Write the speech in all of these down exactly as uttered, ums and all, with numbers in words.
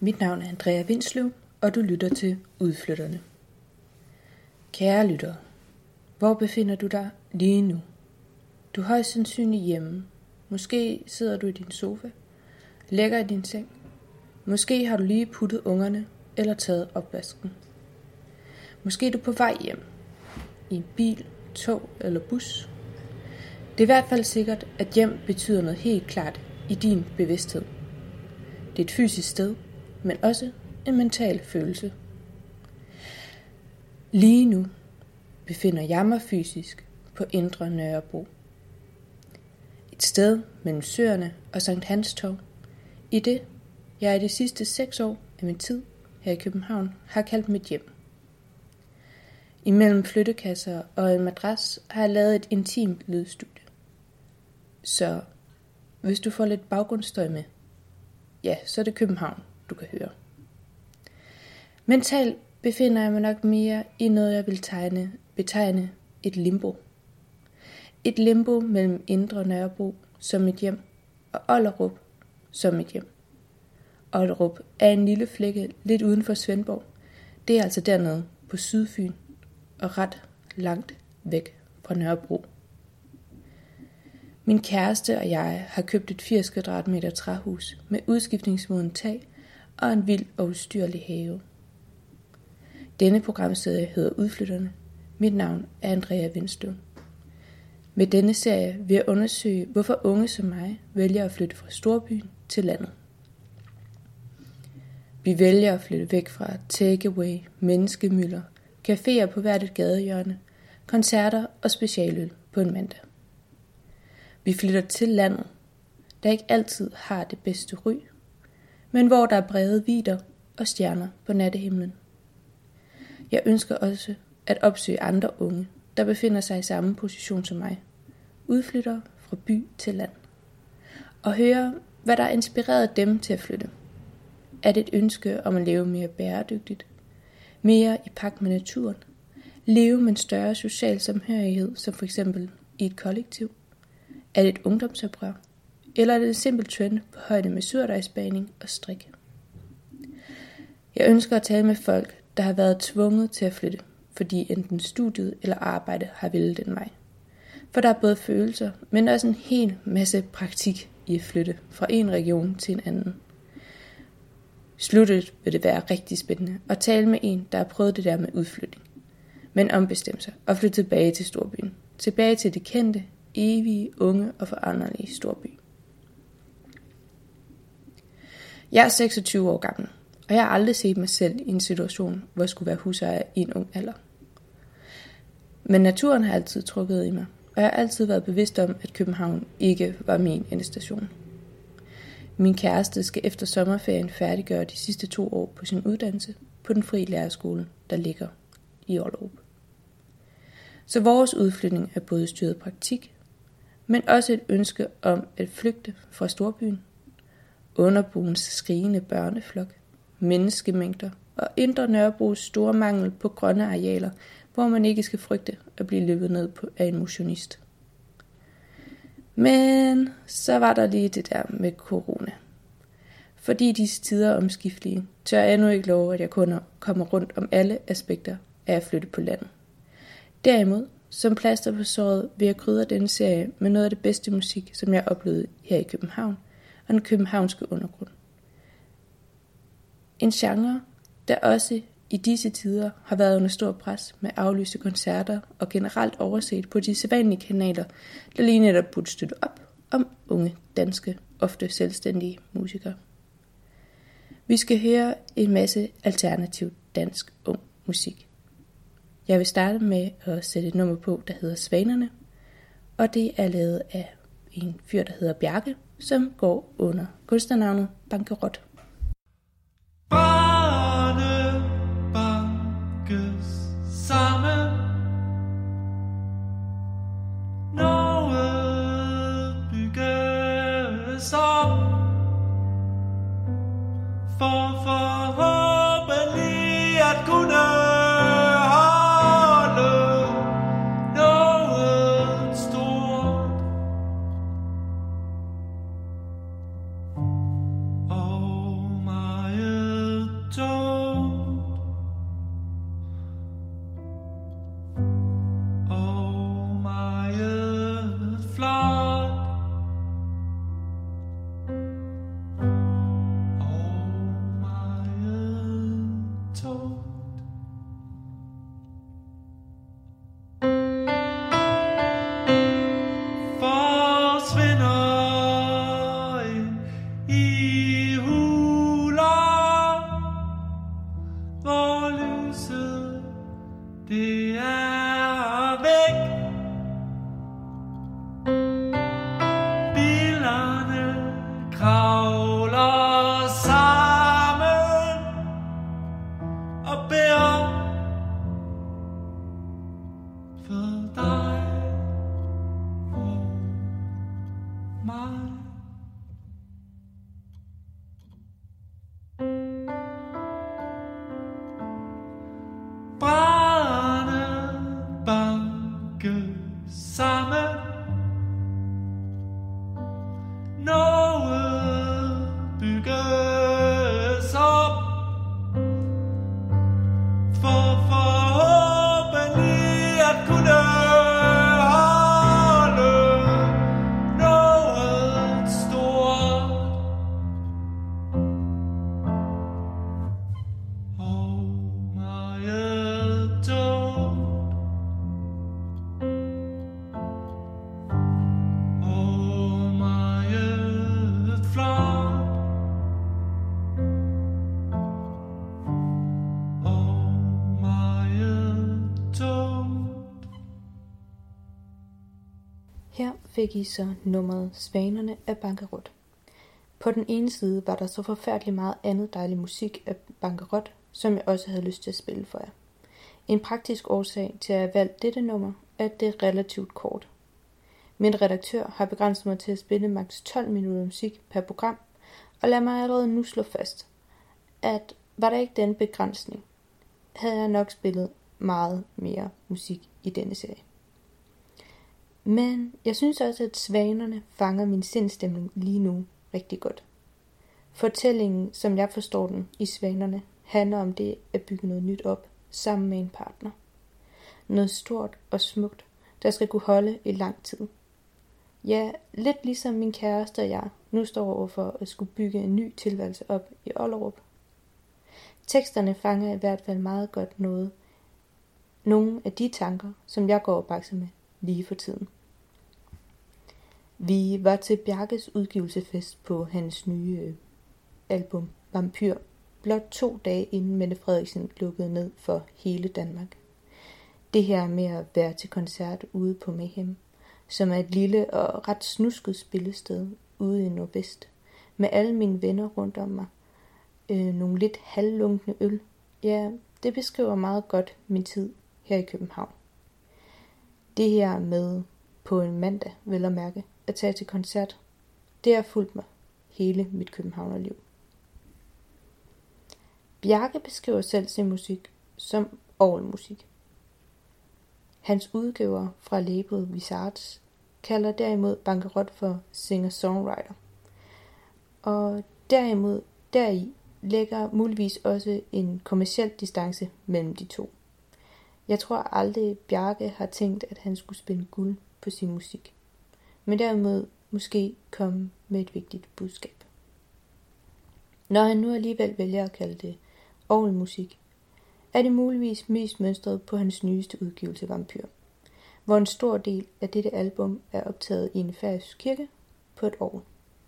Mit navn er Andrea Vinsløv, og du lytter til Udflytterne. Kære lyttere, hvor befinder du dig lige nu? Du er højst sandsynligt hjemme. Måske sidder du i din sofa, ligger i din seng. Måske har du lige puttet ungerne eller taget opvasken. Måske er du på vej hjem, i en bil, tog eller bus. Det er i hvert fald sikkert, at hjem betyder noget helt klart i din bevidsthed. Det er et fysisk sted, men også en mental følelse. Lige nu befinder jeg mig fysisk på Indre Nørrebro. Et sted mellem Søerne og Sankt Hans Torv, i det jeg i de sidste seks år af min tid her i København har kaldt mit hjem. Imellem flyttekasser og en madras har jeg lavet et intimt lydstudie. Så hvis du får lidt baggrundsstøj med, ja, så er det København, du kan høre. Mentalt befinder jeg mig nok mere i noget, jeg vil tegne, betegne et limbo. Et limbo mellem Indre Nørrebro som mit hjem og Ollerup som mit hjem. Ollerup er en lille flække lidt uden for Svendborg. Det er altså dernede på Sydfyn og ret langt væk fra Nørrebro. Min kæreste og jeg har købt et firs kvadratmeter træhus med udskiftningsmoden tag og en vild og ustyrlig have. Denne programserie hedder Udflytterne. Mit navn er Andrea Vinsløv. Med denne serie vil jeg undersøge, hvorfor unge som mig vælger at flytte fra storbyen til landet. Vi vælger at flytte væk fra takeaway, menneskemylder, caféer på hvert et gadehjørne, koncerter og specialøl på en mandag. Vi flytter til landet, der ikke altid har det bedste ry, men hvor der er brede vidder og stjerner på nattehimlen. Jeg ønsker også at opsøge andre unge, der befinder sig i samme position som mig, udflyttere fra by til land, og høre, hvad der har inspireret dem til at flytte. Er det et ønske om at leve mere bæredygtigt, mere i pagt med naturen, leve med en større social samhørighed, som for eksempel i et kollektiv? Er det et ungdomsoprør, eller er det en simpel trend på højde med surdejsbagning og strik? Jeg ønsker at tale med folk, der har været tvunget til at flytte, fordi enten studiet eller arbejde har ville den vej. For der er både følelser, men også en hel masse praktik i at flytte fra en region til en anden. Sluttet vil det være rigtig spændende at tale med en, der har prøvet det der med udflytning, men ombestemt sig og flytte tilbage til storbyen. Tilbage til det kendte, evige, unge og foranderlige storby. Jeg er seksogtyve år gammel, og jeg har aldrig set mig selv i en situation, hvor jeg skulle være husejer i en ung alder. Men naturen har altid trukket i mig, og jeg har altid været bevidst om, at København ikke var min endestation. Min kæreste skal efter sommerferien færdiggøre de sidste to år på sin uddannelse på den frie lærerskole, der ligger i Ollerup. Så vores udflytning er både styret praktik, men også et ønske om at flygte fra storbyen, underboens skrigende børneflok, menneskemængder og Indre Nørrebros store mangel på grønne arealer, hvor man ikke skal frygte at blive løbet ned på af en motionist. Men så var der lige det der med corona. Fordi disse tider er omskiftelige, tør jeg endnu ikke love, at jeg kun kommer rundt om alle aspekter af at flytte på landet. Derimod, som plaster på såret, vil jeg krydre denne serie med noget af det bedste musik, som jeg oplevede her i København og den københavnske undergrund. En genre, der også i disse tider har været under stor pres med aflyste koncerter og generelt overset på de sædvanlige kanaler, der lige netop burde støtte op om unge, danske, ofte selvstændige musikere. Vi skal høre en masse alternativ dansk ung musik. Jeg vil starte med at sætte et nummer på, der hedder Svanerne, og det er lavet af en fyr, der hedder Bjarke, som går under kunstnernavnet Bankerot. Barne bankes sammen. Noget bygges op. For forhåbentlig at kunne Oh, my fik I så nummeret Svanerne af Bankerot. På den ene side var der så forfærdeligt meget andet dejlig musik af Bankerot, som jeg også havde lyst til at spille for jer. En praktisk årsag til at have valgt dette nummer er, at det er relativt kort. Min redaktør har begrænset mig til at spille maks tolv minutter musik per program, og lad mig allerede nu slå fast, at var der ikke den begrænsning, havde jeg nok spillet meget mere musik i denne serie. Men jeg synes også, at Svanerne fanger min sindstemning lige nu rigtig godt. Fortællingen, som jeg forstår den i Svanerne, handler om det at bygge noget nyt op sammen med en partner. Noget stort og smukt, der skal kunne holde i lang tid. Ja, lidt ligesom min kæreste og jeg nu står over for at skulle bygge en ny tilværelse op i Ollerup. Teksterne fanger i hvert fald meget godt noget. Nogle af de tanker, som jeg går og bakser med lige for tiden. Vi var til Bjarkes udgivelsefest på hans nye øh, album Vampyr, blot to dage inden Mette Frederiksen lukkede ned for hele Danmark. Det her med at være til koncert ude på Mayhem, som er et lille og ret snusket spillested ude i Nordvest, med alle mine venner rundt om mig, øh, nogle lidt halvlunkne øl. Ja, det beskriver meget godt min tid her i København. Det her med på en mandag, vel at mærke, at tage til koncert, det har fulgt mig hele mit københavnerliv. Bjarke beskriver selv sin musik som orgelmusik. Hans udgiver fra labelet Wizards kalder derimod Bankerot for singer-songwriter. Og derimod deri ligger muligvis også en kommerciel distance mellem de to. Jeg tror aldrig Bjarke har tænkt, at han skulle spille guld på sin musik, men derimod måske komme med et vigtigt budskab. Når han nu alligevel vælger at kalde det orgelmusik, er det muligvis mest mønstret på hans nyeste udgivelse Vampyr, hvor en stor del af dette album er optaget i en færøsk kirke på et orgel.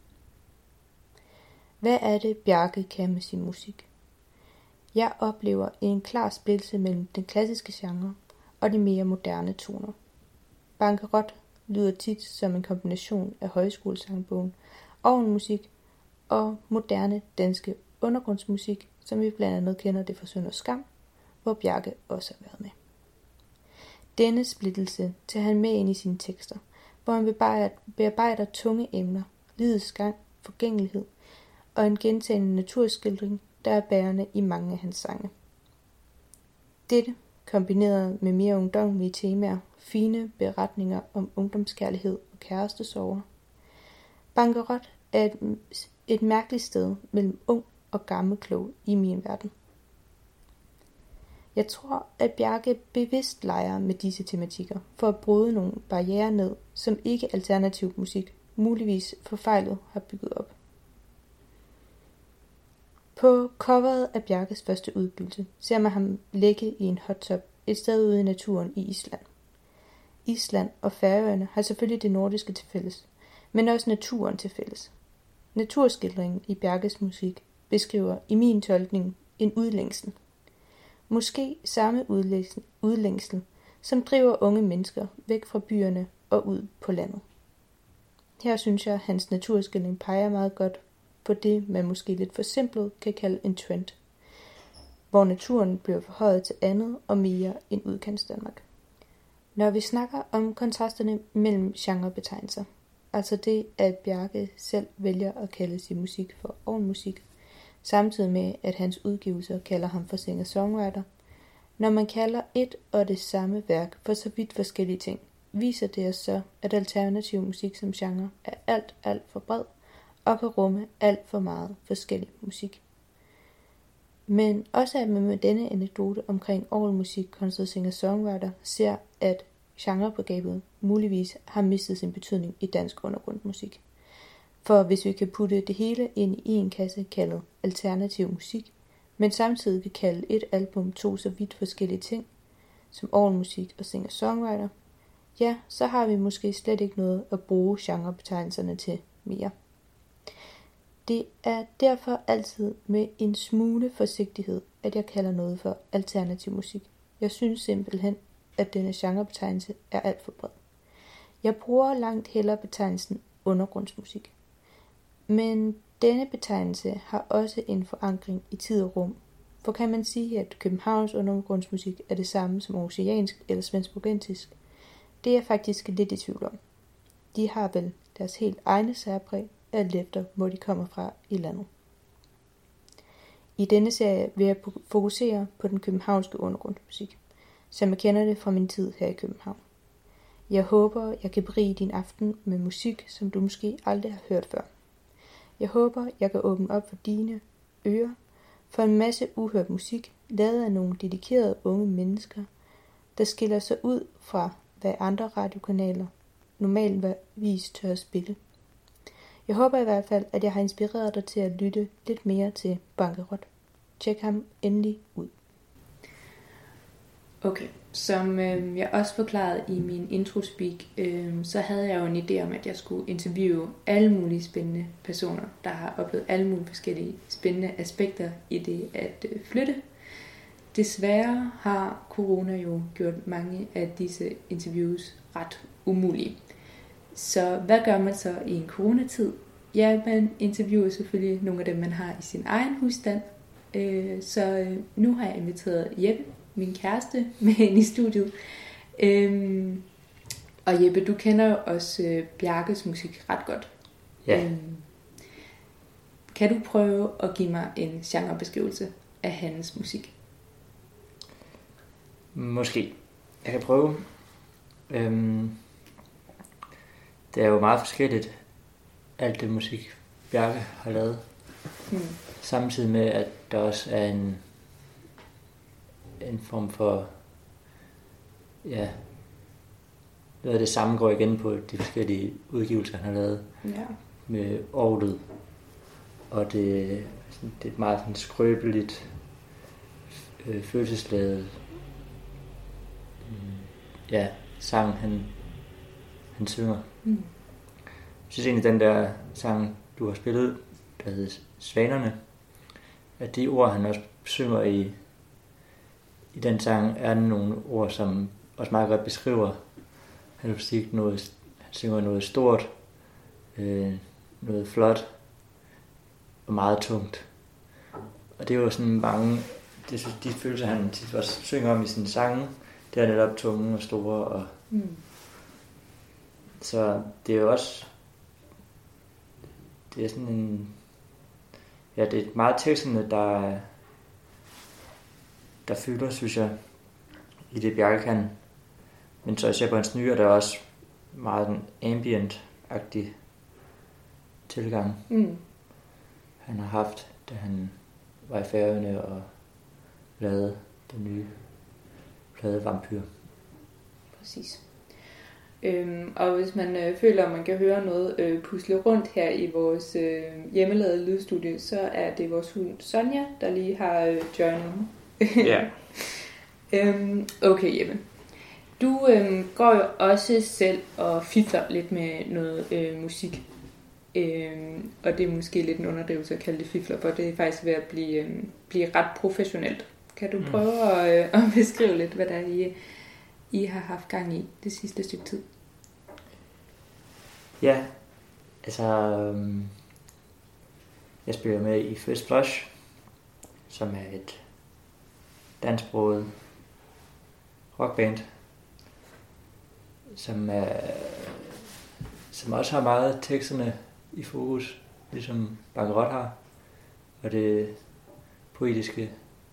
Hvad er det, Bjarke kan med sin musik? Jeg oplever en klar splittelse mellem den klassiske genre og de mere moderne toner. Bankerot lyder tit som en kombination af højskolesangbogen, orgelmusik og moderne danske undergrundsmusik, som vi blandt andet kender det fra Synd og Skam, hvor Bjarke også har været med. Denne splittelse tager han med ind i sine tekster, hvor han bearbejder tunge emner, livets gang, forgængelighed og en gentagende naturskildring, der er bærende i mange af hans sange. Dette, kombineret med mere ungdommelige temaer, fine beretninger om ungdomskærlighed og kærestesorger. Bankerot er et, et mærkeligt sted mellem ung og gammel klog i min verden. Jeg tror, at Bjarke bevidst leger med disse tematikker for at bryde nogle barrierer ned, som ikke alternativ musik muligvis forfejlet har bygget op. På coveret af Bjarkes første udgivelse ser man ham ligge i en hot tub et sted ude i naturen i Island. Island og Færøerne har selvfølgelig det nordiske til fælles, men også naturen til fælles. Naturskildringen i Bjarkes musik beskriver i min tolkning en udlængsel. Måske samme udlængsel, udlængsel, som driver unge mennesker væk fra byerne og ud på landet. Her synes jeg, at hans naturskildring peger meget godt på det, man måske lidt forsimplet kan kalde en trend, hvor naturen bliver forhøjet til andet og mere end udkantsdanmark. Når vi snakker om kontrasterne mellem genrebetegnelser, altså det, at Bjarke selv vælger at kalde sin musik for orgelmusik, samtidig med, at hans udgivelser kalder ham for singer-songwriter, når man kalder et og det samme værk for så vidt forskellige ting, viser det os så, at alternativ musik som genre er alt, alt for bred og kan rumme alt for meget forskellig musik. Men også at man med denne anekdote omkring orgelmusik kontra singer-songwriter ser, at genrebegrebet muligvis har mistet sin betydning i dansk undergrundsmusik. For hvis vi kan putte det hele ind i en kasse kaldet alternativ musik, men samtidig kan kalde et album to så vidt forskellige ting, som orgelmusik og singer-songwriter, ja, så har vi måske slet ikke noget at bruge genrebetegnelserne til mere. Det er derfor altid med en smule forsigtighed, at jeg kalder noget for alternativ musik. Jeg synes simpelthen, at denne genrebetegnelse er alt for bred. Jeg bruger langt hellere betegnelsen undergrundsmusik. Men denne betegnelse har også en forankring i tid og rum. For kan man sige, at Københavns undergrundsmusik er det samme som oceansk eller svensk-burgensisk? Det er jeg faktisk lidt i tvivl om. De har vel deres helt egne særpræg, alt efter hvor de kommer fra i landet. I denne serie vil jeg fokusere på den københavnske undergrundsmusik, som jeg kender det fra min tid her i København. Jeg håber, jeg kan berige din aften med musik, som du måske aldrig har hørt før. Jeg håber, jeg kan åbne op for dine ører for en masse uhørt musik, lavet af nogle dedikerede unge mennesker, der skiller sig ud fra, hvad andre radiokanaler normalvis tør at spille. Jeg håber i hvert fald, at jeg har inspireret dig til at lytte lidt mere til Bankerot. Tjek ham endelig ud. Okay, som øh, jeg også forklarede i min introspeak, øh, så havde jeg jo en idé om, at jeg skulle interviewe alle mulige spændende personer, der har oplevet alle mulige forskellige spændende aspekter i det at øh, flytte. Desværre har corona jo gjort mange af disse interviews ret umulige. Så hvad gør man så i en coronatid? Ja, man interviewer selvfølgelig nogle af dem, man har i sin egen husstand. Øh, så øh, nu har jeg inviteret Jeppe, min kæreste, med ind i studiet. Øhm, og Jeppe, du kender jo også øh, Bjarkes musik ret godt. Ja. Øhm, kan du prøve at give mig en genrebeskrivelse af hans musik? Måske. Jeg kan prøve. Øhm, det er jo meget forskelligt, alt det musik, Bjarke har lavet. Hmm. Samtidig med, at der også er en en form for, ja, noget af det samme går igen på de forskellige udgivelser, han har lavet. Ja. Med orglet, og det, det er et meget sådan skrøbeligt, øh, følelsesladet, ja, sang, han, han synger. Mm. Jeg synes egentlig, den der sang, du har spillet, der hedder Svanerne, at de ord, han også synger i I den sang er nogle ord, som også meget godt beskriver hans musik. Noget, han synger noget stort, øh, noget flot og meget tungt. Og det er jo sådan mange, det, de følelser, han også synger om i sine sange, det er netop tunge og store. Og mm. Så det er jo også, det er sådan en, ja, det er meget teksterne, der der fylder, synes jeg, i det Bjarke kan. Men så især på hans nye, er der også meget en ambient-agtig tilgang, mm. han har haft, da han var i Færøerne og lavede den nye plade Vampyr. Præcis. Øhm, og hvis man øh, føler, at man kan høre noget øh, pusle rundt her i vores øh, hjemmelavede lydstudie, så er det vores hund Sonja, der lige har øh, joinet. Ja. øhm, okay, Jeppe. Du øhm, går jo også selv og fifler lidt med noget øh, musik. Øhm, og det er måske lidt en underdrivelse at kalde det fifler, for det er faktisk ved at blive, øhm, blive ret professionelt. Kan du prøve mm. at, øh, at beskrive lidt, hvad der I, I har haft gang i det sidste stykke tid? Ja, altså øhm, jeg spiller med i First Blush, som er et dansksproget rockband, som er, som også har meget teksterne i fokus, ligesom Bankerot har, og det poetiske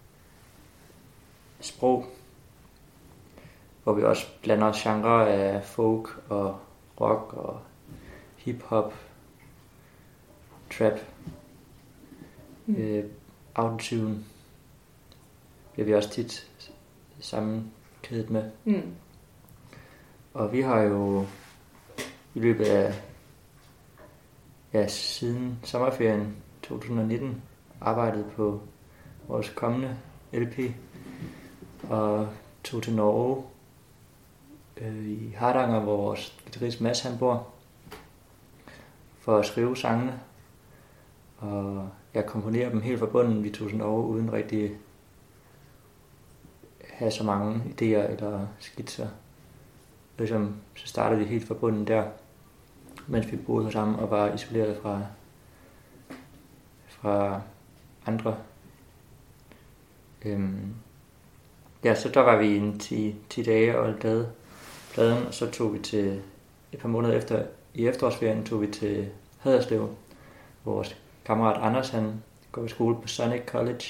sprog, hvor vi også blander genre af folk og rock og hip-hop, trap, mm. øh, autotune bliver vi også tit sammenkædet med. Mm. Og vi har jo i løbet af, ja, siden sommerferien to tusind nitten arbejdet på vores kommende L P og tog til Norge øh, i Hardanger, hvor vores guitarist Mads han bor, for at skrive sangene. Og jeg komponerer dem helt fra bunden. Vi tog til Norge uden rigtig have så mange idéer eller skitser. ligesom, så startede vi helt fra bunden der, mens vi boede sammen og var isoleret fra, fra andre. Øhm, ja, så der var vi en ti dage og lavede pladen, og så tog vi til, et par måneder efter, i efterårsferien, tog vi til Haderslev. Vores kammerat Anders, han går i skole på Sonic College.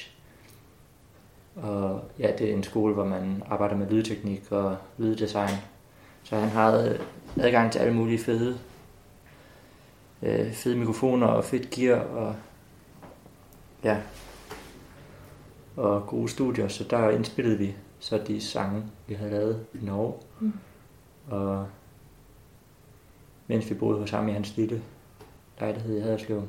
Og ja, det er en skole, hvor man arbejder med lydteknik og lyddesign. Så han havde adgang til alle mulige fede, øh, fede mikrofoner og fedt gear og ja, og gode studier. Så der indspillede vi så de sange, vi havde lavet i Norge. Mm. Og mens vi boede hos ham i hans lille lejlighed i Haderslev.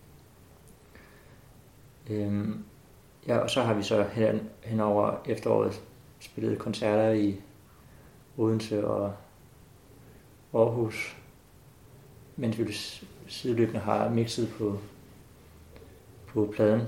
Øhm, ja, og så har vi så hen, hen over efteråret spillet koncerter i Odense og Aarhus, mens vi sideløbende har mixet på, på pladen.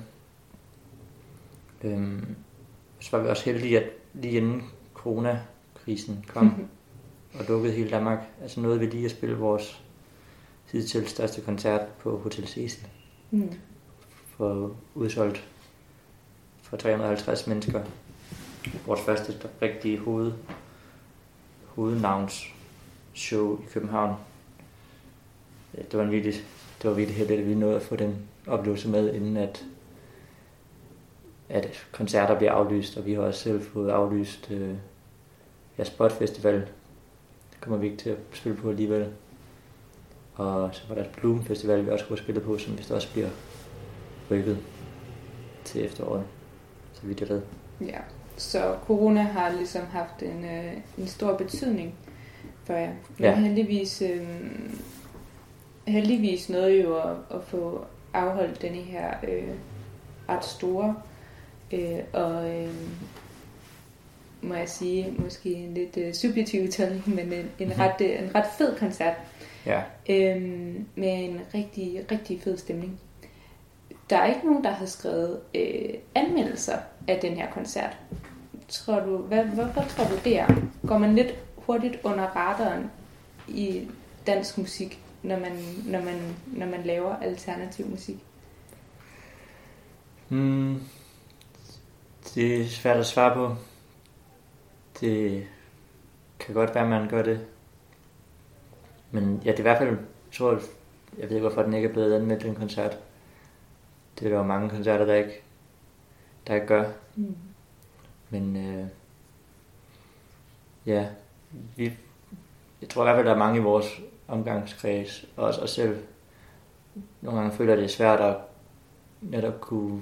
Øhm, så var vi også heldige, at lige inden coronakrisen kom mm-hmm. og lukkede hele Danmark, altså nåede vi lige at spille vores hidtil største koncert på Hotel Cecil. Mm. For udsolgt for tre hundrede og halvtreds mennesker. Vores første rigtige hoved, hovednavns show i København. Det var en virkelig, det var virkelig heldigt, at vi nåede at få den oplevelse med, inden at, at koncerter bliver aflyst, og vi har også selv fået aflyst øh, ja, Spot Festival. Det kommer vi ikke til at spille på alligevel. Og så var der et Bloom Festival, vi også kunne spille på, som vist også bliver rykket til efteråret, så vidt jeg ved. Ja, så corona har ligesom haft en, øh, en stor betydning for jer. Men ja. heldigvis, øh, heldigvis nåede jo at, at få afholdt denne her øh, ret store øh, og øh, må jeg sige, måske en lidt øh, subjektiv udtale, men en, en, ret, øh, en ret fed koncert. Ja. Øh, med en rigtig, rigtig fed stemning. Der er ikke nogen, der har skrevet øh, anmeldelser af den her koncert. Tror du, hvad, hvorfor tror du det er? Går man lidt hurtigt under radaren i dansk musik, når man, når man, når man laver alternativ musik? Hmm, det er svært at svare på. Det kan godt være, at man gør det. Men ja, det er i hvert fald, jeg tror, jeg ved ikke, hvorfor den ikke er blevet anmeldt en koncert. Det er der jo mange koncerter, der ikke, der ikke gør. Mm. Men øh, ja, vi, jeg tror i hvert fald, der er mange i vores omgangskreds, og også os selv. Nogle gange føler det er svært at netop kunne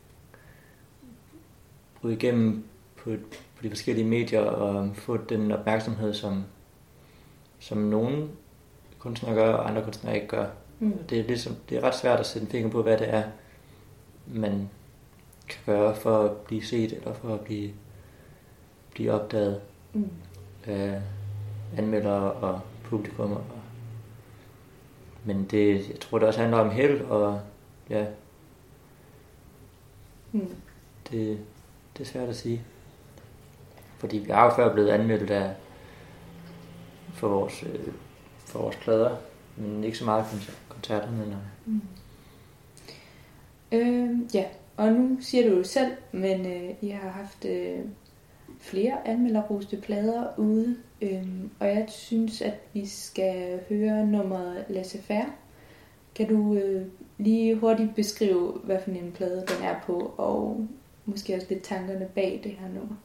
bryde igennem på, på de forskellige medier og få den opmærksomhed, som, som nogle kunstnere gør, og andre kunstnere ikke gør. Mm. Det er ligesom, det er ret svært at sætte en finger på, hvad det er, man kan gøre for at blive set, eller for at blive, blive opdaget mm. af anmeldere og publikum. Og, men det, jeg tror, det også handler om held, og ja, mm. det, det er svært at sige. Fordi vi har jo før blevet anmeldt af, for vores, øh, for vores plader, men ikke så meget koncerterne. Nej. Mm. Øh, ja, og nu siger du jo selv, men øh, I har haft øh, flere anmelderroste plader ude, øh, og jeg synes, at vi skal høre nummeret Laissez-faire. Kan du øh, lige hurtigt beskrive, hvad for en plade den er på, og måske også lidt tankerne bag det her nummer?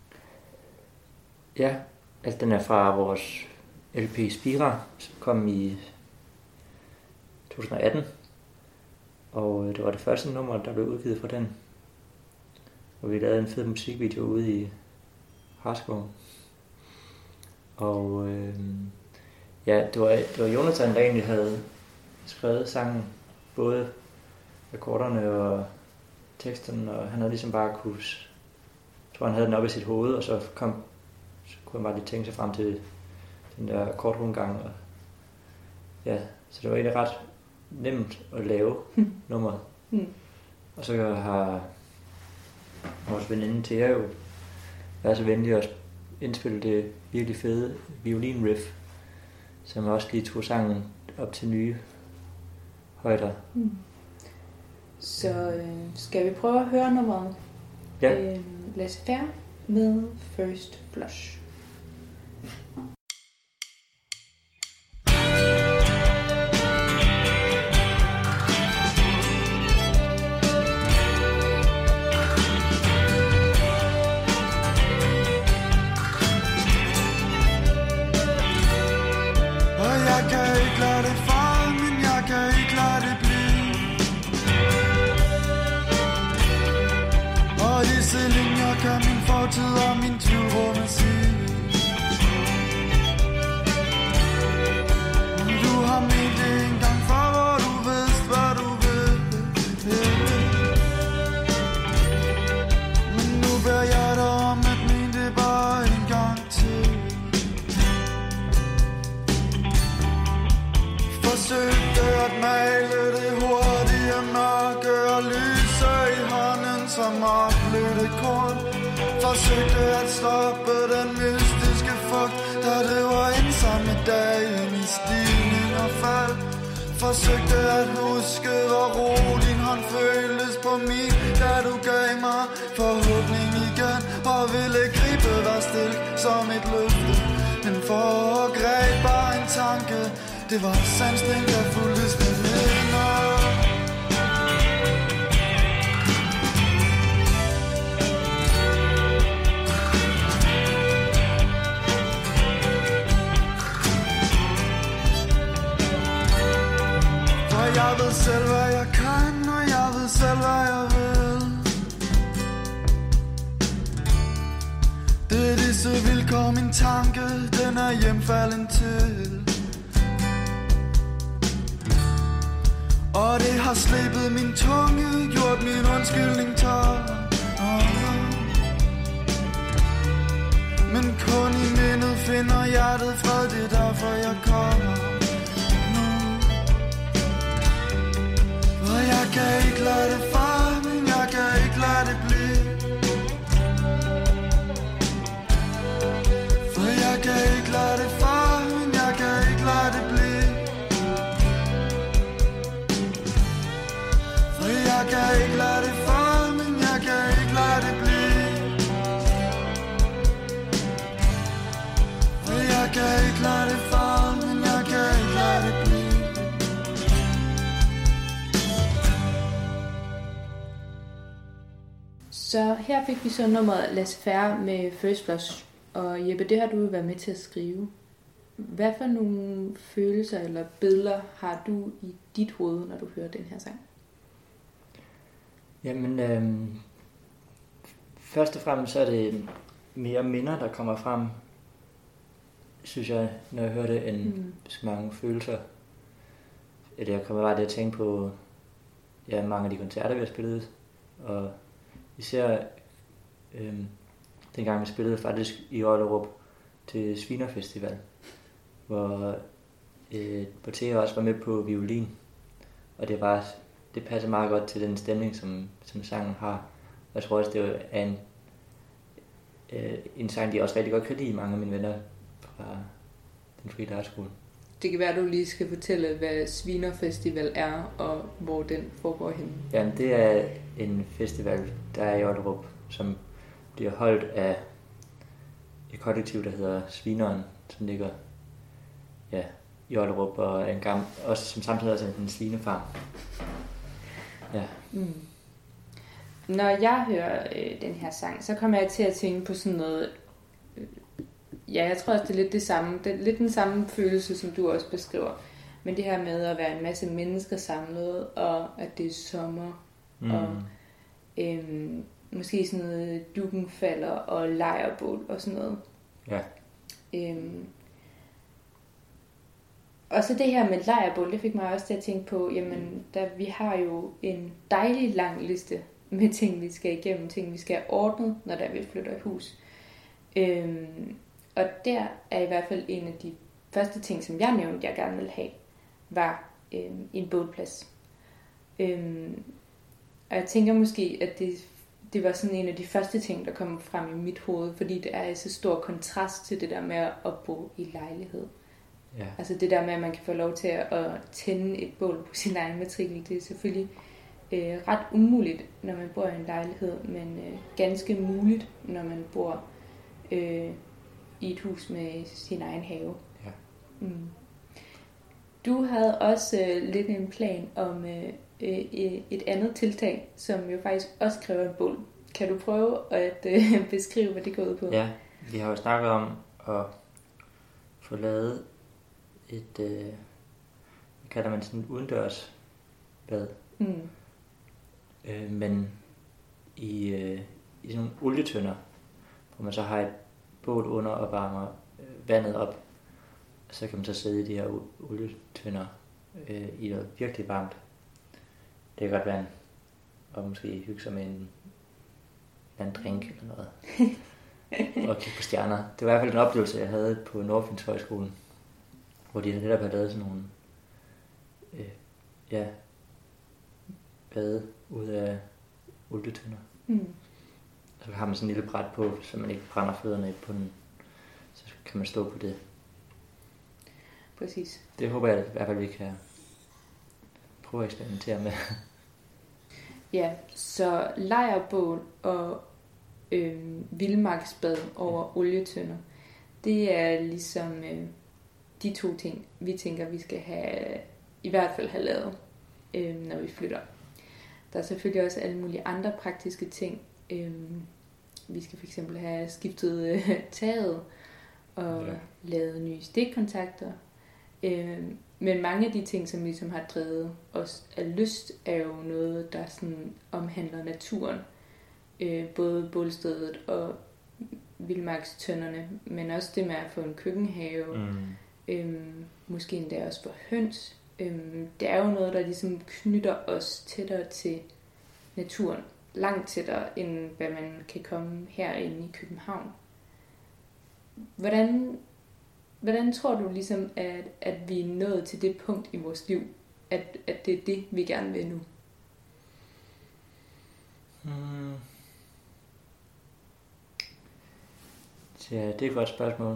Ja, altså den er fra vores L P Spira, som kom i to tusind og atten. Og det var det første nummer, der blev udgivet fra den. Og vi lavede en fed musikvideo ude i Harskov. Og øh, ja, det var, det var Jonathan, der egentlig havde skrevet sangen. Både akkorderne og teksten, og han havde ligesom bare kunne... Jeg tror, han havde den op i sit hoved, og så, kom, så kunne han bare lige tænke sig frem til den der akkordrundgang. Og ja, så det var egentlig ret nemt at lave mm. nummeret. Mm. Og så har vores veninde Thea jo været så venlig at indspille det virkelig fede violinriff, som også lige tog sangen op til nye højder. Mm. Så øh, skal vi prøve at høre nummeret? Ja. Øh, Laissez-faire med First Flush. Og min tyvrumme sige du har ment det en gang for, hvor du vidste, hvad du vil. Men nu beder jeg dig om at mene det bare en gang til. Forsøgte at male det hurtige mørke og lyse i hånden som opblødte korn. Forsøgte at stoppe den mystiske fugt, der driver ensomme dagen i stigning og fald. Forsøgte at huske, hvor ro din hånd føltes på min, da du gav mig forhåbning igen. Og ville gribe dig stil som et løfte, men for at greb bare en tanke. Det var sandsting, der fulgtes med minder. Jeg ved selv, hvad jeg kan, og jeg ved selv, hvad jeg vil. Det er disse vilkår, min tanke, den er hjemfalden til. Og det har slebet min tunge, gjort min undskyldning tør. Oh. Men kun i mindet finder hjertet fred, det er derfor jeg kommer. Jeg kan ikke lade det fare, men jeg kan ikke lade det blive. For jeg kan ikke lade det fare, men jeg kan ikke lade det blive. For jeg kan ikke lade det fare, men jeg kan ikke lade det blive. For jeg kan ikke lade det fare, men jeg kan ikke lade det blive. Så her fik vi så nummeret Laissez-faire med First Flush. Og Jeppe, det har du været med til at skrive. Hvad for nogle følelser eller billeder har du i dit hoved, når du hører den her sang? Jamen, øhm, først og fremmest så er det mere minder, der kommer frem, synes jeg, når jeg hører det, end mm. så mange følelser. Eller jeg kommer bare til at tænke på ja, mange af de koncerter, vi har spillet, og især øhm, dengang vi spillede faktisk i Ollerup til Svinerfestival, hvor øh, Botea også var med på violin, og det var det passer meget godt til den stemning, som, som sangen har. Og jeg tror også, det er en, øh, en sang, de også rigtig godt kan lide, mange af mine venner fra den Frie Lejrskole. Det kan være, at du lige skal fortælle, hvad Svinerfestival er, og hvor den foregår henne. Jamen, det er en festival, der er i Ollerup, som bliver holdt af et kollektiv, der hedder Svineren, som ligger ja, i Ollerup, og er en gammel, også som samtidig også en svinefarm. Ja. Mm. Når jeg hører øh, den her sang, så kommer jeg til at tænke på sådan noget. Øh, ja, jeg tror også, det er lidt det samme. Det er lidt den samme følelse, som du også beskriver. Men det her med at være en masse mennesker samlet, og at det er sommer, mm. og øh, måske sådan noget duggenfalder og lejrbål og sådan noget. Ja. Øh, Og så det her med lejrbål, det fik mig også til at tænke på, jamen, der, vi har jo en dejlig lang liste med ting, vi skal igennem, ting, vi skal have ordnet, når der vi flytter i hus. Øhm, og der er i hvert fald en af de første ting, som jeg nævnte, jeg gerne ville have, var øhm, en bålplads. Øhm, og jeg tænker måske, at det, det var sådan en af de første ting, der kom frem i mit hoved, fordi det er i så stor kontrast til det der med at bo i lejlighed. Ja. Altså det der med, at man kan få lov til at tænde et bål på sin egen matrikel, det er selvfølgelig øh, ret umuligt, når man bor i en lejlighed, men øh, ganske muligt, når man bor øh, i et hus med sin egen have. Ja. Mm. Du havde også øh, lidt en plan om øh, øh, et andet tiltag, som jo faktisk også kræver et bål. Kan du prøve at øh, beskrive, hvad det går ud på? Ja, vi har jo snakket om at få lavet et, øh, hvad kalder man sådan et udendørs bad. Mm. Øh, men i, øh, i sådan nogle olietønder, hvor man så har et bål under og varmer øh, vandet op. Og så kan man så sidde i de her olietønder øh, i noget virkelig varmt. Det kan godt være en, og måske hygge sig med en, en drink eller noget. Og kigge på stjerner. Det var i hvert fald en oplevelse, jeg havde på Nordfyns Højskolen, hvor de netop havde lavet sådan nogle øh, ja, bade ud af olietønder. Mm. Så har man sådan en lille bræt på, så man ikke brænder fødderne på den. Så kan man stå på det. Præcis. Det håber jeg i hvert fald, vi kan prøve at eksperimentere med. Ja, så lejrbål og øh, vildmarksbad over ja. olietønder, det er ligesom øh, de to ting, vi tænker, vi skal have, i hvert fald have lavet, øh, når vi flytter. Der er selvfølgelig også alle mulige andre praktiske ting. Øh, vi skal fx have skiftet øh, taget og ja. lavet nye stikkontakter. Øh, men mange af de ting, som ligesom har drevet os af lyst, er jo noget, der sådan omhandler naturen. Øh, både bålstedet og vildmarkstønderne, men også det med at få en køkkenhave. Mm. Øh, måske endda også for høns. Øh, det er jo noget, der ligesom knytter os tættere til naturen. Langt tættere, end hvad man kan komme herinde i København. Hvordan... Hvordan tror du ligesom, at, at vi er nået til det punkt i vores liv, at, at det er det, vi gerne vil nu? Hmm. Ja, det er et godt spørgsmål.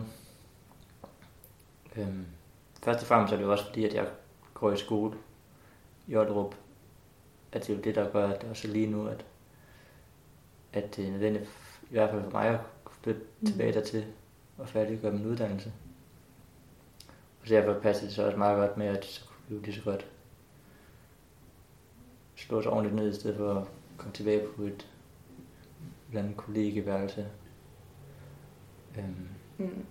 Øhm, først og fremmest er det jo også fordi, at jeg går i skole i Ollerup. At det er jo det, der gør, at det også lige nu, at, at det er nødvendigt, i hvert fald for mig, at flytte mm. tilbage dertil og færdiggøre min uddannelse. Og derfor passer det så også meget godt med, at så kunne vi jo lige så godt slå os ordentligt ned, i stedet for at komme tilbage på et eller andet kollegeværelse. Øhm. Mm.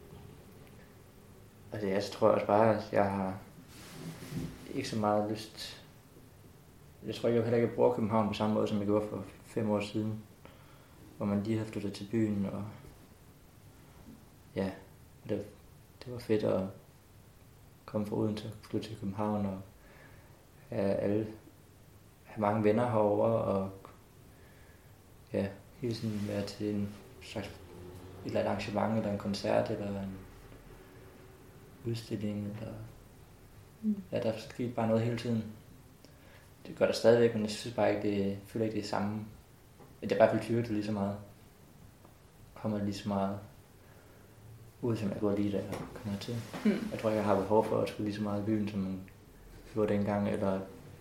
Altså jeg tror også bare, at jeg har ikke så meget lyst. Jeg tror ikke, jeg heller ikke bruger København på samme måde, som jeg gjorde for fem år siden, hvor man lige havde flyttet til byen, og ja, det, det var fedt at komme fra Odense og flytte til København og have, alle, have mange venner herovre og ja, hele tiden være til en slags et eller andet arrangement eller en koncert eller en udstilling eller mm. ja, der sker bare noget hele tiden. Det gør der stadigvæk, men jeg synes bare ikke, det jeg føler ikke det er samme. Det er i hvert fald tyret lige så meget. Kommer lige så meget ud, som jeg går lige da jeg kommer til. Mm. Jeg tror ikke, jeg har behov for at skulle lige så meget i byen, som man gjorde dengang, eller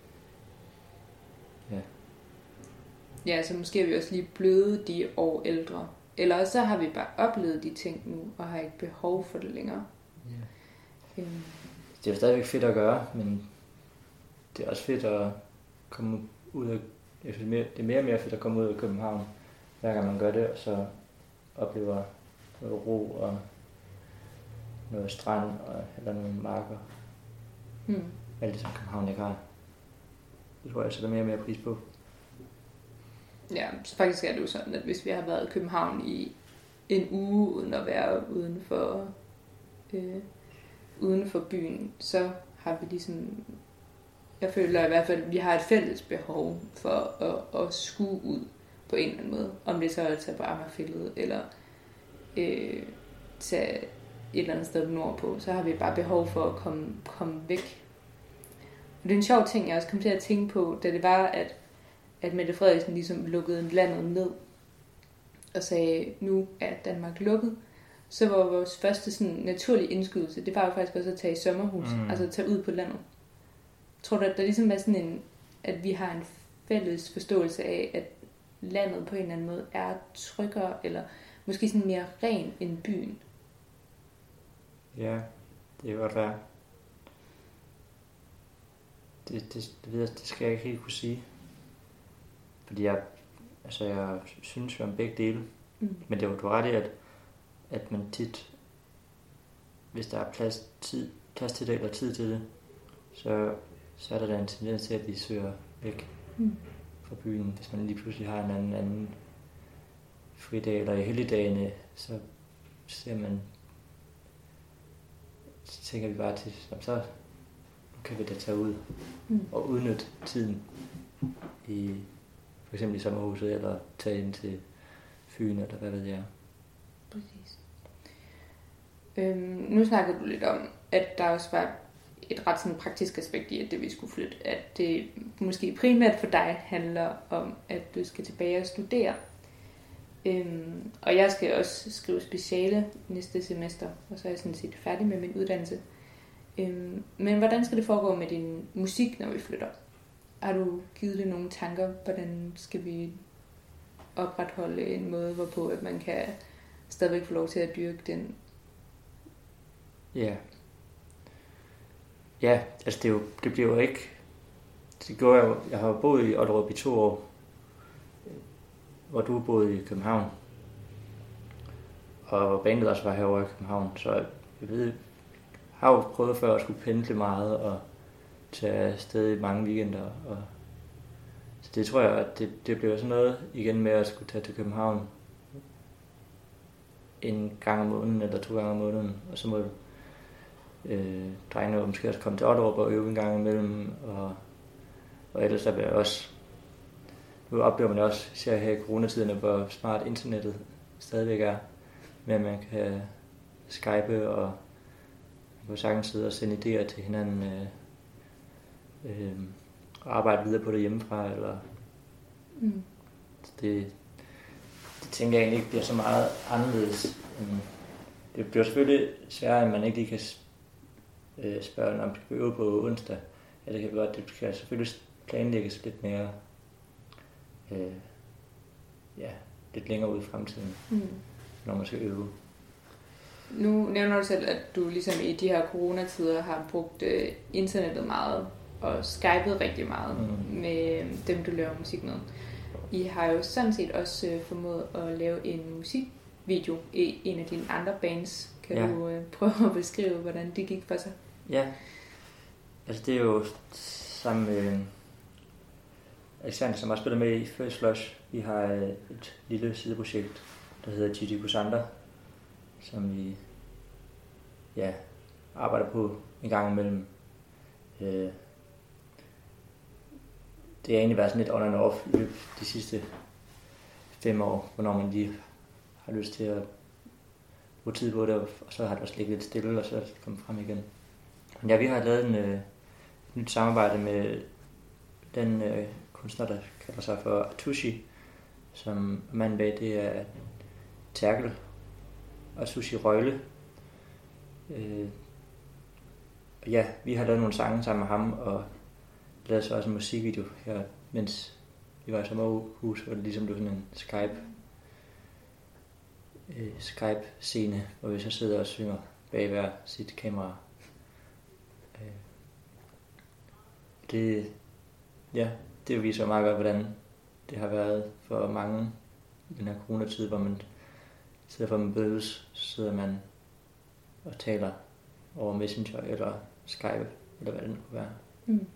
ja. Ja, så måske er vi også lige blevet de år ældre. Eller også så har vi bare oplevet de ting nu, og har ikke behov for det længere. Ja. Um. Det er jo stadigvæk fedt at gøre, men det er også fedt at komme ud af, det er mere og mere fedt at komme ud af København, hver gang man gør det, og så oplever noget ro og noget strand og, eller nogle marker. Hmm. Alt det, som København ikke har. Det tror jeg, jeg sætter mere og mere pris på. Ja, så faktisk er det jo sådan, at hvis vi har været i København i en uge, uden at være uden for, øh, uden for byen, så har vi ligesom, jeg føler i hvert fald, at vi har et fælles behov for at, at skue ud på en eller anden måde. Om det så er at tage på Amagerfælled, eller øh, tage et eller andet sted nordpå, så har vi bare behov for at komme, komme væk. Og det er en sjov ting, jeg også kom til at tænke på, da det var, at at Mette Frederiksen ligesom lukkede landet ned og sagde, nu er Danmark lukket, så var vores første sådan naturlige indskydelse, det var jo faktisk også at tage i sommerhus, mm. altså at tage ud på landet. Tror du, at der ligesom er sådan en, at vi har en fælles forståelse af, at landet på en eller anden måde er tryggere, eller måske sådan mere ren end byen? Ja, det er godt være. Det, det, det, ved jeg, det skal jeg ikke helt kunne sige. Fordi jeg, altså jeg synes jo om begge dele. Mm. Men det var du ret i, at, at man tit, hvis der er plads, tid, plads til det, eller tid til det, så, så er der da en tendens til, at de søger væk mm. fra byen. Hvis man lige pludselig har en anden, anden fridag, eller i helligdagene, så ser man, så tænker vi bare til, så kan vi da tage ud mm. og udnytte tiden i for eksempel i sommerhuset, eller tage ind til Fyn, eller hvad ved jeg. Præcis. Øhm, nu snakkede du lidt om, at der også var et ret sådan praktisk aspekt i, at det vi skulle flytte, at det måske primært for dig handler om, at du skal tilbage og studere. Øhm, og jeg skal også skrive speciale næste semester, og så er jeg sådan set færdig med min uddannelse. Øhm, men hvordan skal det foregå med din musik, når vi flytter? Har du givet det nogle tanker, hvordan skal vi opretholde en måde, hvorpå at man kan stadigvæk få lov til at dyrke den? Ja. Ja, altså det, er jo, det bliver jo ikke... Det går jeg jo... Jeg har jo boet i Otterup i to år, hvor du boede i København. Og bandet også var herovre i København, så jeg ved... Jeg har jo prøvet før at skulle pendle meget og tage afsted i mange weekender. Og så det tror jeg, at det, det bliver sådan noget igen med at skulle tage til København en gang om måneden eller to gange om måneden. Og så må øh, drengene måske også komme til Otterup og øve en gang imellem. Og, og ellers der bliver også... Nu oplever man også, især her i coronatiderne, hvor smart internettet stadigvæk er. Med at man kan skype og man kan sagtens sidde og sende idéer til hinanden. Øh, øh, og arbejde videre på det hjemmefra. Eller, mm. det, det tænker jeg egentlig ikke bliver så meget anderledes. Det bliver selvfølgelig sværere, at man ikke lige kan spørge, om det kan øve på onsdag. Ja, det kan godt. Det skal selvfølgelig planlægges lidt mere, øh, ja, lidt længere ud i fremtiden, mm. når man skal øve. Nu nævner du selv, at du ligesom i de her coronatider har brugt øh, internettet meget og skypet rigtig meget mm. med dem, du laver musik med. I har jo sådan set også øh, formået at lave en musikvideo i en af dine andre bands. Kan ja. du øh, prøve at beskrive, hvordan det gik for sig? Ja, altså det er jo sammen med Alexander, som også spiller med i First Flush. Vi har et lille sideprojekt, der hedder Gigi Kusander, som vi ja, arbejder på en gang imellem. Øh, det har egentlig været sådan lidt on and off i de sidste fem år, hvornår man lige har lyst til at bruge tid på det, og så har det også ligget lidt stille, og så er det kommet frem igen. Men ja, vi har lavet en, øh, et nyt samarbejde med den øh, kunstner, der kalder sig for Atushi, som manden bag det er Terkel og Sushi Røgle. Øh, og ja, vi har lavet nogle sange sammen med ham, og lavede så også en musikvideo her, mens vi var i sommerhus, hvor det ligesom blev sådan en Skype, øh, Skype-scene, hvor vi så sidder og synger bag hver sit kamera. Øh, det, ja, det viser meget godt, hvordan det har været for mange i den her coronatid, hvor man i stedet for at man bødes, så sidder man og taler over Messenger eller Skype, eller hvad det nu kunne være. Mm.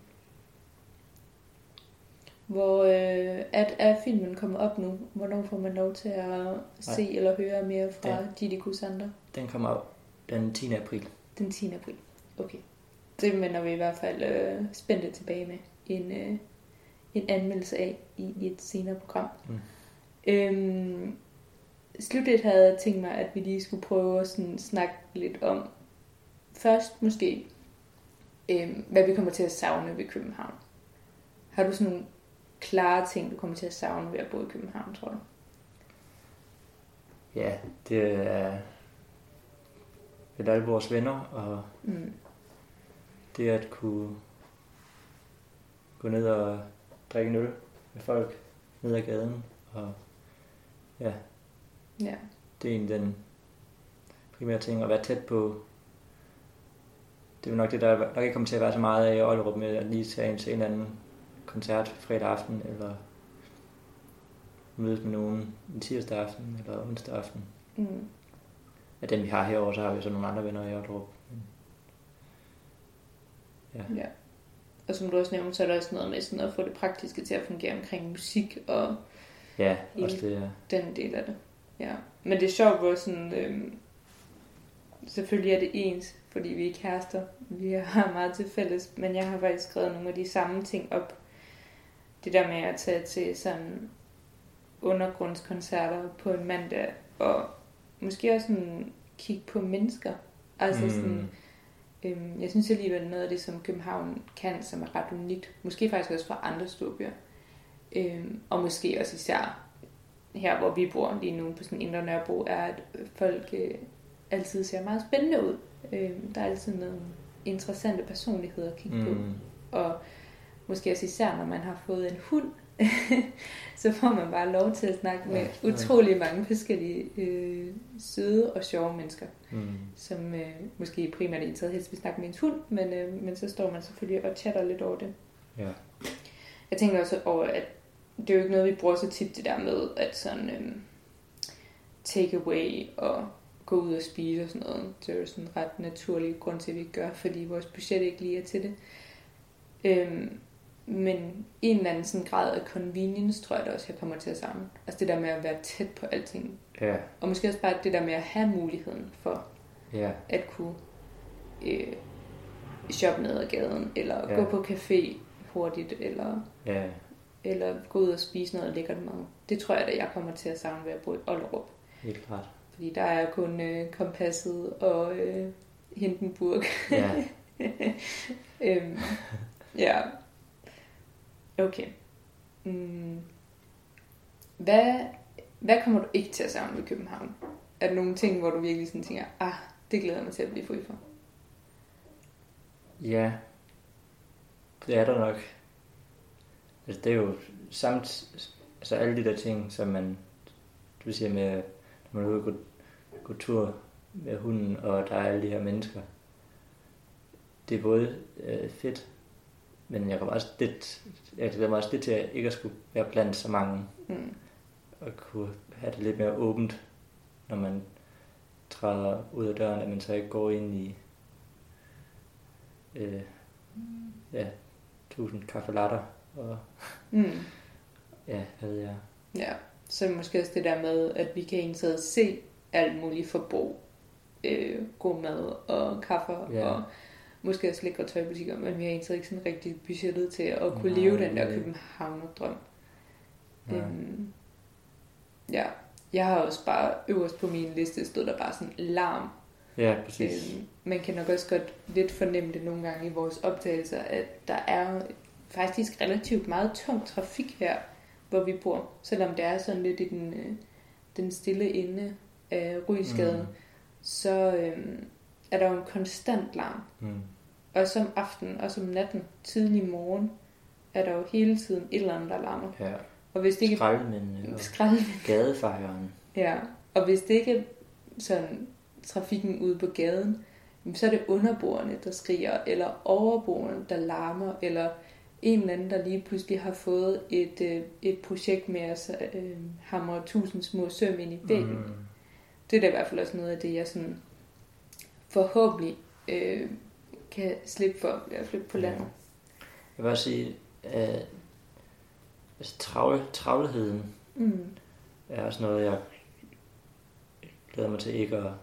Hvor øh, at er filmen kommet op nu? Hvornår får man lov til at se Nej. eller høre mere fra Gigi Kusander? Den kommer op den tiende april. Den tiende april, okay. Det vender vi i hvert fald øh, spændte tilbage med en, øh, en anmeldelse af i, i et senere program. Mm. Øhm, Slutligt havde jeg tænkt mig, at vi lige skulle prøve at sådan snakke lidt om først måske, øhm, hvad vi kommer til at savne ved København. Har du sådan nogle klare ting, du kommer til at savne ved at bo i København, tror du? Ja, det er ved alle vores venner, og Mm. det at kunne gå ned og drikke en øl med folk ned ad gaden, og ja, Ja. det er egentlig den primære ting, at være tæt på. Det er jo nok det, der nok ikke kommer til at være så meget af i Ollerup med at lige tage ind til en eller anden koncert fredag aften, eller mødes med nogen en tirsdag aften, eller onsdag aften. Mm. Af dem, vi har herovre, så har vi så nogle andre venner i Ollerup. Ja. Ja. Og som du også nævnte, så er der også noget med sådan at få det praktiske til at fungere omkring musik og Ja, hele også det, ja. den del af det. Ja. Men det er sjovt, hvor sådan, øhm, selvfølgelig er det ens, fordi vi er kærester. Vi har meget til fælles, men jeg har faktisk skrevet nogle af de samme ting op. Det der med at tage til sådan undergrundskoncerter på en mandag, og måske også sådan kigge på mennesker. Altså Mm. sådan, øhm, jeg synes alligevel noget af det, som København kan, som er ret unikt. Måske faktisk også fra andre storbyer. Øhm, og måske også især her, hvor vi bor lige nu på sådan Indre Nørrebro, er, at folk øh, altid ser meget spændende ud. Øhm, der er altid nogle interessante personligheder at kigge mm. på. Mm. Og måske også især, når man har fået en hund, så får man bare lov til at snakke med Ja, utrolig mange forskellige øh, søde og sjove mennesker, Mm. som øh, måske primært i taget helst vil snakke med ens hund, men, øh, men så står man selvfølgelig og chatter lidt over det. Ja. Jeg tænker også over, at det er jo ikke noget, vi bruger så tit, det der med, at sådan øhm, take away og gå ud og spise og sådan noget. Det er jo sådan en ret naturlig grund til, at vi ikke gør, fordi vores budget ikke lige er til det. Øhm, men en eller anden sådan grad af convenience, tror jeg da også, jeg kommer til at savne. Altså det der med at være tæt på alting. Ja. Og måske også bare det der med at have muligheden for Ja. at kunne øh, shoppe ned ad gaden, eller Ja. gå på café hurtigt, eller Ja. eller gå ud og spise noget lækkert mad. Det tror jeg, at jeg kommer til at savne ved at bo i Ollerup. Helt klart. Fordi der er kun øh, Kompasset og øh, Hindenburg. Ja. øhm, ja. Okay. Mm. Hvad, hvad kommer du ikke til at savne ved København? Er der nogle ting, hvor du virkelig sådan tænker, ah, det glæder jeg mig til at blive fri for? Ja. Det er der nok. Altså det er jo samt, altså alle de der ting, som man, du siger med, når man er ude og gå, gå tur med hunden, og der er alle de her mennesker. Det er både øh, fedt, men jeg kommer også lidt, jeg glæder mig også lidt til at ikke at skulle være blandt så mange, Mm. og kunne have det lidt mere åbent, når man træder ud af døren, at man så ikke går ind i øh, ja, tusind kaffe latter og Mm. ja, hvad ved jeg. Ja, så er det måske også det der med, at vi kan egentlig se alt muligt forbrug. Øh, god mad og kaffe Ja. og måske også lækre tøjbutikker, men vi har egentlig ikke sådan rigtig budgettet til at kunne Nej, leve den der nej. Københavner-drøm. Nej. Øhm, ja, jeg har også bare øverst på min liste stod der bare sådan larm. Ja, præcis. Øhm, man kan nok også godt lidt fornemme det nogle gange i vores optagelser, at der er faktisk relativt meget tung trafik her, hvor vi bor. Selvom det er sådan lidt i den, øh, den stille ende af Ryesgade, mm. så øhm, er der jo en konstant larm. Mm. Også om aftenen, også om natten, tidlig morgen, er der jo hele tiden et eller andet, der larmer. Ja. Og hvis det ikke Skraldemændene og skraldemænd, gadefejeren. ja, og hvis det ikke er sådan trafikken ude på gaden, så er det underboerne, der skriger, eller overboerne, der larmer, eller en eller anden, der lige pludselig har fået et, øh, et projekt med at øh, hamre tusind små søm ind i væggen. Mm. Det er da i hvert fald også noget af det, jeg sådan forhåbentlig øh, kan slippe for, i hvert fald på landet. Jeg vil også sige, at altså, travl, travlheden Mm. er også noget, jeg glæder mig til ikke at...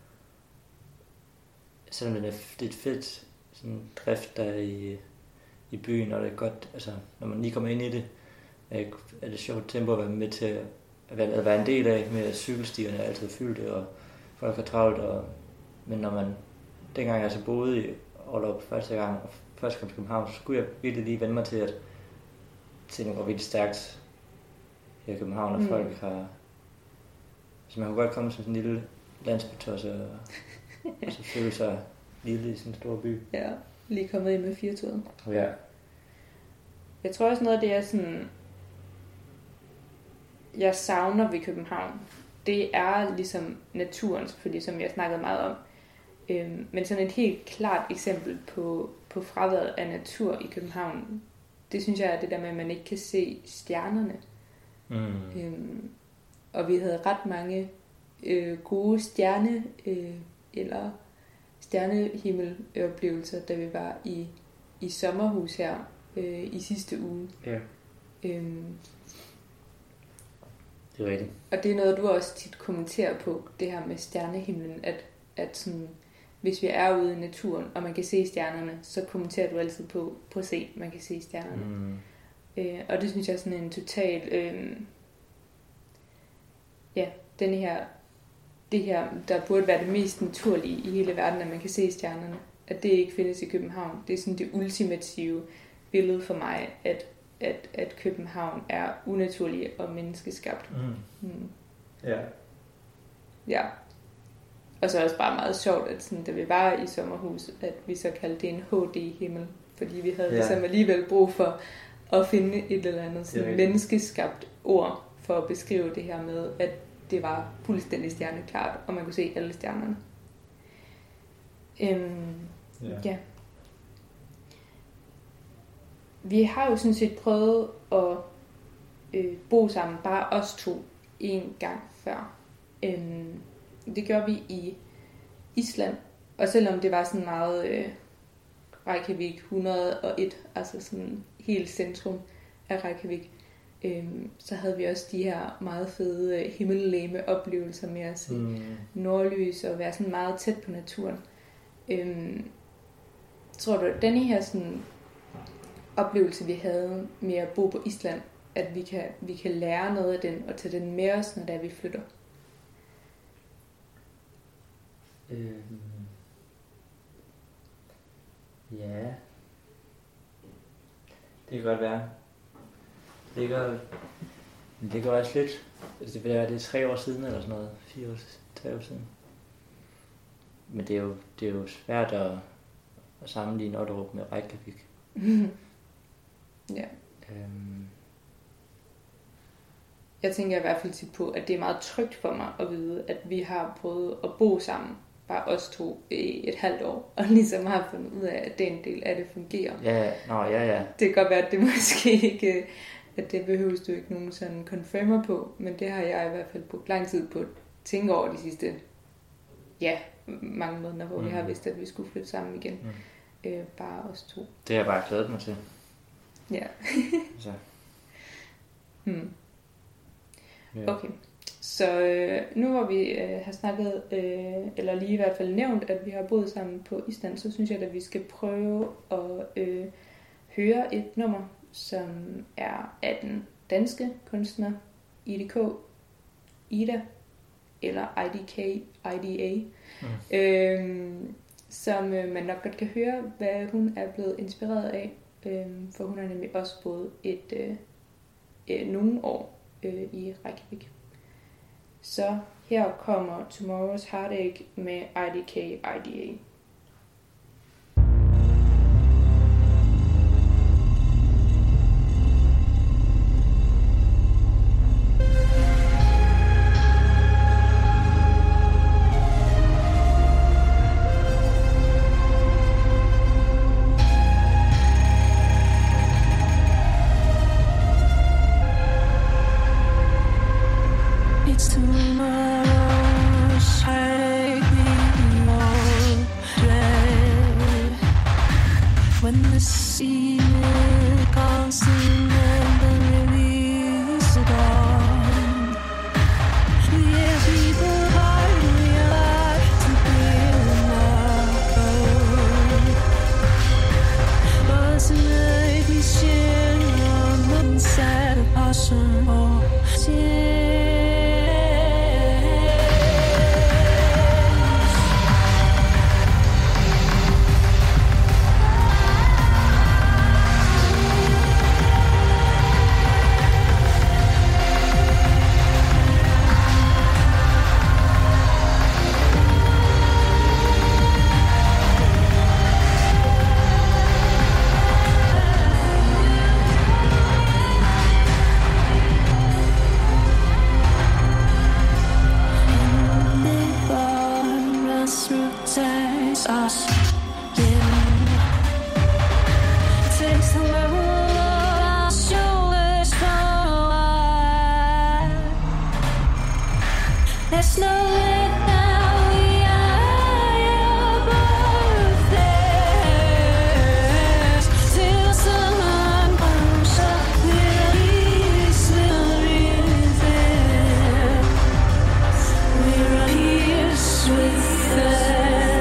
Selvom det er, det er et fedt sådan, drift, der er i, i byen, og det er godt, altså, når man lige kommer ind i det, er, er det sjovt tempo at være med til at være, at være en del af, med at cykelstierne er altid fyldte, og folk har travlt, og, men når man, dengang jeg så boede i Ollerup første gang, og først kom til København, så skulle jeg virkelig lige vende mig til, at tingene går virkelig stærkt her i København, og Mm. folk har... Så man kunne godt komme som sådan en lille landsbytosse og, og så føle sig lille i sådan en stor by. Ja, lige kommet ind med firetoget. Ja. Jeg tror også noget af det er sådan, jeg savner ved København. Det er ligesom naturen, selvfølgelig, som jeg snakkede meget om. Øhm, men sådan et helt klart eksempel på, på fraværet af natur i København, det synes jeg er det der med, at man ikke kan se stjernerne. Mm. Øhm, og vi havde ret mange øh, gode stjerne, øh, eller stjernehimmeloplevelser, da vi var i, i sommerhus her øh, i sidste uge. Ja, Øhm, det er rigtigt. og det er noget, du også tit kommenterer på, det her med stjernehimlen, at, at sådan, hvis vi er ude i naturen, og man kan se stjernerne, så kommenterer du altid på, på at se, man kan se stjernerne. Mm. Øh, og det synes jeg er sådan en total, øh, ja, den her, det her, der burde være det mest naturlige i hele verden, at man kan se stjernerne, at det ikke findes i København. Det er sådan det ultimative billede for mig, at, at, at København er unaturlig og menneskeskabt. Mm. Mm. Ja. Ja. Og så også bare meget sjovt, at sådan, da vi var i sommerhus, at vi så kaldte det en H D-himmel, fordi vi havde Ja. ligesom alligevel brug for at finde et eller andet Det er sådan rigtigt. menneskeskabt ord for at beskrive det her med, at det var fuldstændig stjerneklart, og man kunne se alle stjernerne. Øhm, Ja. ja. Vi har jo sådan set prøvet at øh, bo sammen, bare os to, en gang før. Øhm, det gjorde vi i Island, og selvom det var sådan meget øh, Reykjavik et hundrede og en, altså sådan helt centrum af Reykjavik, øhm, så havde vi også de her meget fede øh, himmellegeme oplevelser med at se Mm. nordlys og være sådan meget tæt på naturen. Øhm, tror du, at denne her sådan oplevelse, vi havde med at bo på Island, at vi kan, vi kan lære noget af den og tage den med os, når det er, vi flytter? Øhm. Ja. Det kan godt være. Det kan, men det kan også lidt. Altså det vil være, det er tre år siden eller sådan noget. Fire år, tre år siden. Men det er jo, det er jo svært at, at sammenligne Otterup med Reykjavik. Ja. Øhm. Jeg tænker i hvert fald tit på, at det er meget trygt for mig at vide, at vi har prøvet at bo sammen, bare os to, i et halvt år, og ligesom har fundet ud af, at den del af det fungerer. Ja, nå, ja, ja. Det kan godt være, at det måske ikke, at det behøves du ikke nogen sådan confirmer på, men det har jeg i hvert fald brugt lang tid på at tænke over de sidste, ja, mange måneder, hvor mm. vi har vidst, at vi skulle flytte sammen igen. Mm. Øh, bare os to. Det har jeg bare glædet mig til. Ja. Så. hmm. Ja. Okay. Så øh, nu hvor vi øh, har snakket, øh, eller lige i hvert fald nævnt, at vi har boet sammen på Island, så synes jeg, at vi skal prøve at øh, høre et nummer, som er af den danske kunstner I D K, Ida, eller I D K, I D A, mm. øh, som øh, man nok godt kan høre, hvad hun er blevet inspireret af, øh, for hun har nemlig også boet et øh, øh, nogle år øh, i Reykjavik. Så her kommer Tomorrow's Heartache med I D K, I D A. It's tomorrow's heartache we all dread. When the sea comes in and the release the dawn, we hear people hiding alive to be enough. But tonight we share a moonset of passion or sin. Let's know it now. We are your birthdays. Till someone comes up with peace, we'll be there. We're at peace with them.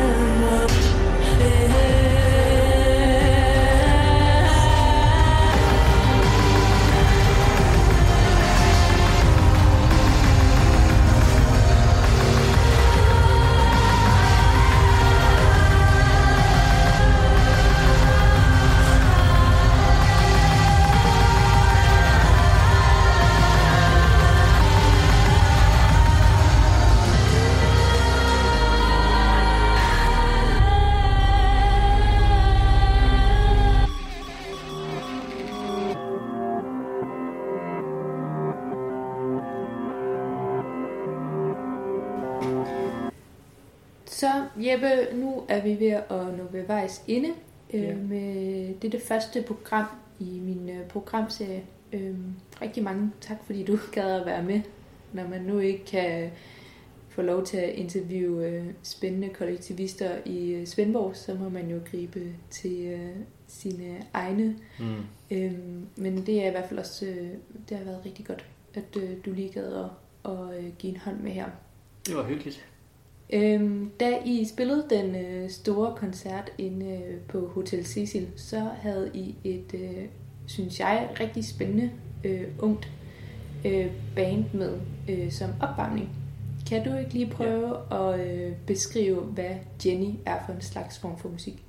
Så Jeppe, nu er vi ved at nå ved vejs ende øh, Ja. med det, det første program i min øh, programserie. Øh, rigtig mange tak, fordi du gad at være med. Når man nu ikke kan få lov til at interviewe øh, spændende kollektivister i øh, Svendborg, så må man jo gribe til øh, sine egne. Mm. Øh, men det er i hvert fald også, øh, det har været rigtig godt, at øh, du lige gad at, at øh, give en hånd med her. Det var hyggeligt. Øhm, da I spillede den øh, store koncert inde øh, på Hotel Cecil, så havde I et, øh, synes jeg, rigtig spændende øh, ungt øh, band med øh, som opvarmning. Kan du ikke lige prøve ja. at øh, beskrive, hvad Jenny er for en slags form for musik?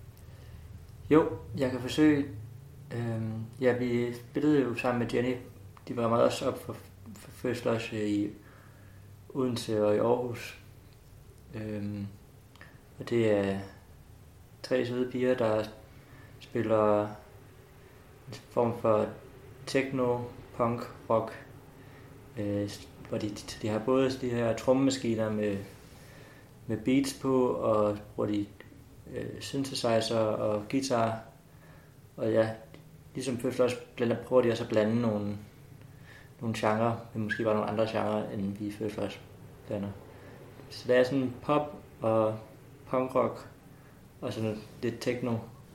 Jo, jeg kan forsøge. Øhm, ja, vi spillede jo sammen med Jenny. De var meget også op for, for fødsler også i Odense og i Aarhus. Øhm, og det er tre søde piger, der spiller en form for techno, punk, rock, øh, hvor de, de har både de her trommemaskiner med, med beats på, og hvor de øh, synthesizer og guitar, og ja, ligesom først også blander, prøver de også at blande nogle, nogle genrer, men måske bare nogle andre genrer, end vi først også blander. Så det er sådan pop og punkrock og sådan lidt techno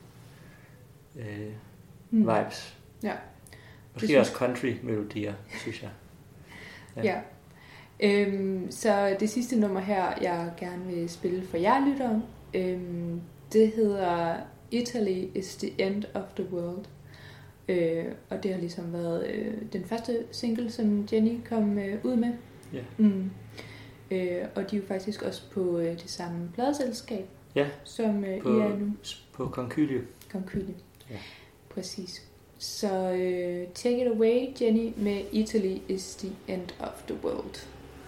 øh, Mm. vibes. Ja. Måske synes- også country melodier, synes jeg. Ja. ja. Øhm, så det sidste nummer her, jeg gerne vil spille for jer lyttere, øhm, det hedder Italy is the end of the world. Øh, og det har ligesom været øh, den første single, som Jenny kom øh, ud med. Ja. Mm. Øh, og de er jo faktisk også på øh, det samme pladeselskab, Ja, som øh, på, I er nu. på Concylio. Concylio. Ja. Præcis. Så øh, take it away, Jenny, med Italy is the end of the world.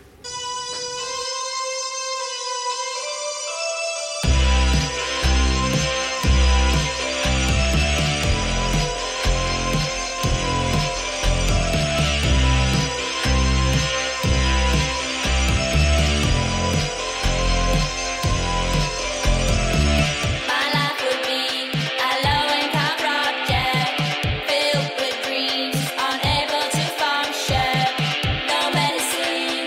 My life would be a low-income project filled with dreams, unable to function. No medicine,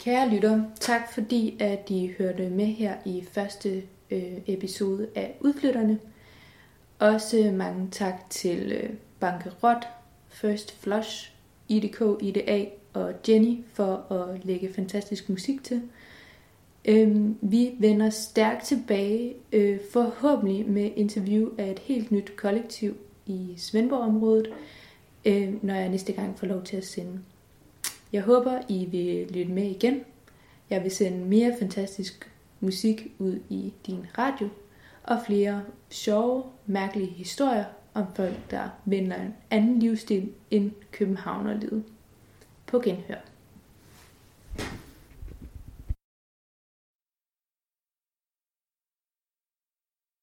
Kære lytter, tak fordi at I hørte med her i første øh, episode af Udflytterne. Også mange tak til øh, Bankerot, First Flush, I D K, I D A og Jenny for at lægge fantastisk musik til. Øhm, vi vender stærkt tilbage, øh, forhåbentlig med interview af et helt nyt kollektiv i Svendborg-området, øh, når jeg næste gang får lov til at sende. Jeg håber, I vil lytte med igen. Jeg vil sende mere fantastisk musik ud i din radio, og flere sjove, mærkelige historier om folk, der vender en anden livsstil end københavnerlivet. På genhør.